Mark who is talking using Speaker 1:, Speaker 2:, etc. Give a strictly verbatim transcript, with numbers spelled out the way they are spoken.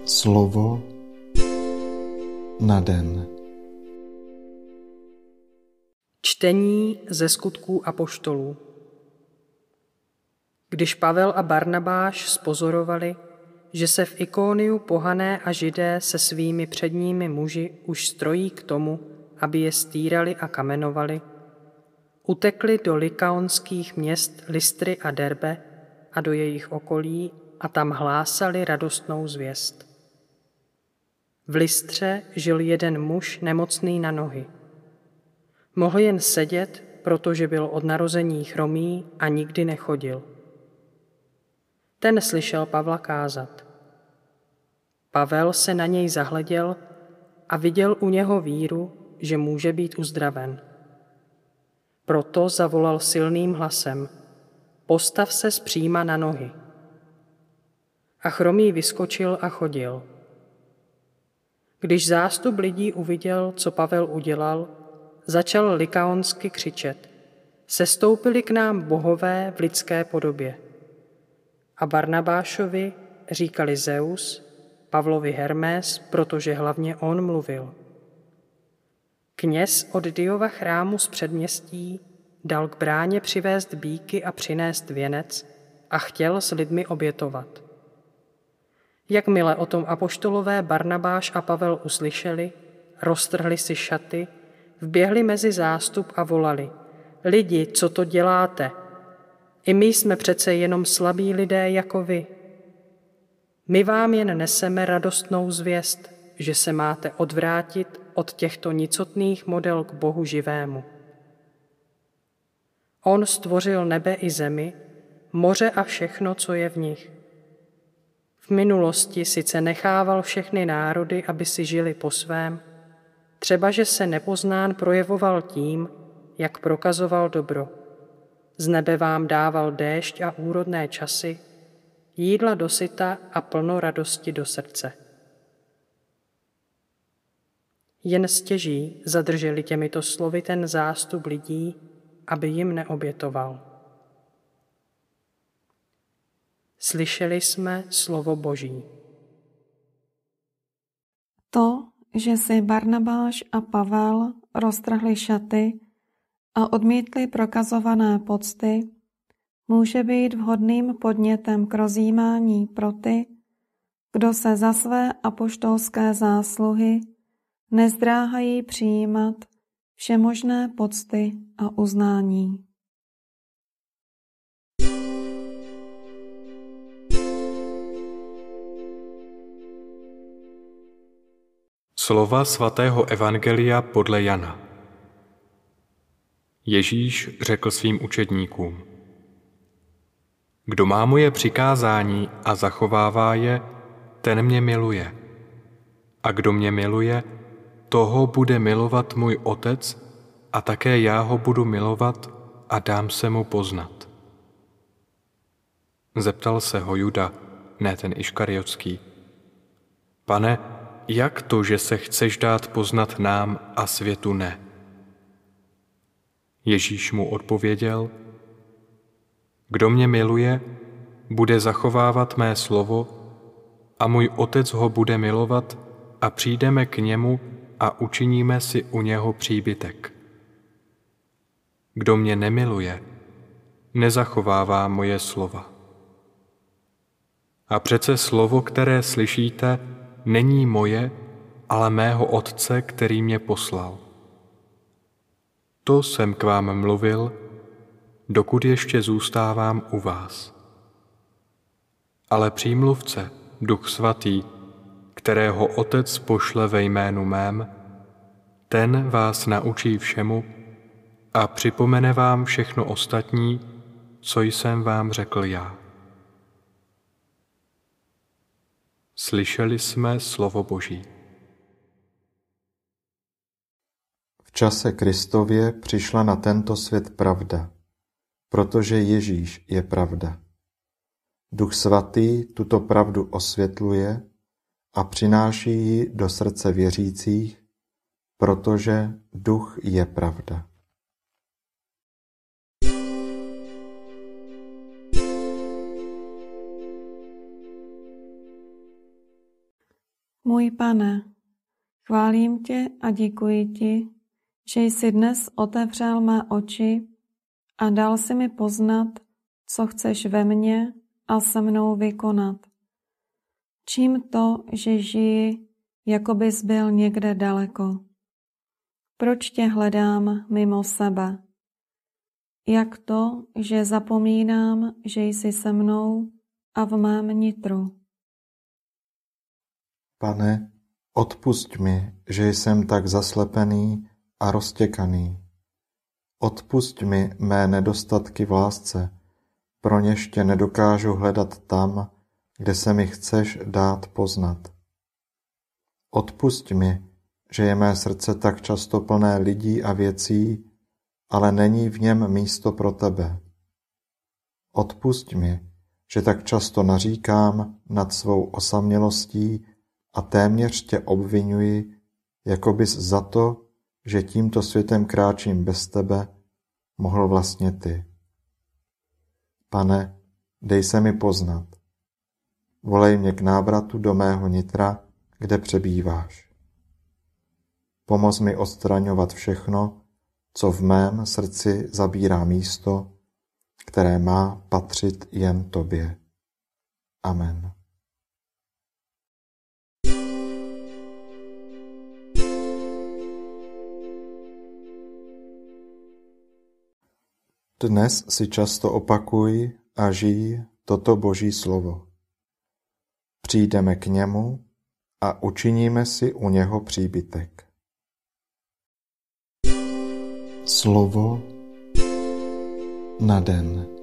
Speaker 1: Slovo na den.
Speaker 2: Čtení ze Skutků apoštolů. Když Pavel a Barnabáš zpozorovali, že se v Ikoniu pohané a Židé se svými předními muži už strojí k tomu, aby je stírali a kamenovali, utekli do likaonských měst Lystry a Derbe a do jejich okolí a tam hlásali radostnou zvěst. V Lystře žil jeden muž nemocný na nohy. Mohl jen sedět, protože byl od narození chromý a nikdy nechodil. Ten slyšel Pavla kázat. Pavel se na něj zahleděl a viděl u něho víru, že může být uzdraven. Proto zavolal silným hlasem: Postav se zpříma na nohy. A chromý vyskočil a chodil. Když zástup lidí uviděl, co Pavel udělal, začal likaonsky křičet: Sestoupili k nám bohové v lidské podobě. A Barnabášovi říkali Zeus, Pavlovi Hermes, protože hlavně on mluvil. Kněz od Diova chrámu z předměstí dal k bráně přivést býky a přinést věnec a chtěl s lidmi obětovat. Jakmile o tom apoštolové Barnabáš a Pavel uslyšeli, roztrhli si šaty, vběhli mezi zástup a volali: Lidi, co to děláte? I my jsme přece jenom slabí lidé jako vy. My vám jen neseme radostnou zvěst, že se máte odvrátit od těchto nicotných model k Bohu živému. On stvořil nebe i zemi, moře a všechno, co je v nich. V minulosti sice nechával všechny národy, aby si žili po svém, třeba že se nepoznán projevoval tím, jak prokazoval dobro. Z nebe vám dával déšť a úrodné časy, jídla dosyta a plno radosti do srdce. Jen stěží zadrželi těmito slovy ten zástup lidí, aby jim neobětoval. Slyšeli jsme slovo Boží.
Speaker 3: To, že si Barnabáš a Pavel roztrhli šaty a odmítli prokazované pocty, může být vhodným podnětem k rozjímání pro ty, kdo se za své apoštolské zásluhy nezdráhají přijímat všemožné pocty a uznání.
Speaker 4: Slova svatého evangelia podle Jana. Ježíš řekl svým učedníkům: Kdo má moje přikázání a zachovává je, ten mě miluje. A kdo mě miluje, toho bude milovat můj Otec a také já ho budu milovat a dám se mu poznat. Zeptal se ho Juda, ne ten Iškariotský: Pane, jak to, že se chceš dát poznat nám a světu ne? Ježíš mu odpověděl: Kdo mě miluje, bude zachovávat mé slovo a můj Otec ho bude milovat a přijdeme k němu a učiníme si u něho příbytek. Kdo mě nemiluje, nezachovává moje slova. A přece slovo, které slyšíte, není moje, ale mého Otce, který mě poslal. To jsem k vám mluvil, dokud ještě zůstávám u vás. Ale přímluvce, Duch Svatý, kterého Otec pošle ve jménu mém, ten vás naučí všemu a připomene vám všechno ostatní, co jsem vám řekl já. Slyšeli jsme slovo Boží.
Speaker 1: V čase Kristově přišla na tento svět pravda, protože Ježíš je pravda. Duch Svatý tuto pravdu osvětluje a přináší ji do srdce věřících, protože Duch je pravda.
Speaker 3: Můj Pane, chválím tě a děkuji ti, že jsi dnes otevřel mé oči a dal si mi poznat, co chceš ve mně a se mnou vykonat. Čím to, že žiji, jako bys byl někde daleko? Proč tě hledám mimo sebe? Jak to, že zapomínám, že jsi se mnou a v mém nitru?
Speaker 1: Pane, odpusť mi, že jsem tak zaslepený a roztěkaný. Odpusť mi mé nedostatky v lásce, pro něž tě nedokážu hledat tam, kde se mi chceš dát poznat. Odpusť mi, že je mé srdce tak často plné lidí a věcí, ale není v něm místo pro tebe. Odpusť mi, že tak často naříkám nad svou osamělostí a téměř tě obvinuji, jako bys za to, že tímto světem kráčím bez tebe, mohl vlastně ty. Pane, dej se mi poznat. Volej mě k návratu do mého nitra, kde přebýváš. Pomoz mi odstraňovat všechno, co v mém srdci zabírá místo, které má patřit jen tobě. Amen. Dnes si často opakuj a žij toto Boží slovo. Přijdeme k němu a učiníme si u něho příbytek. Slovo na den.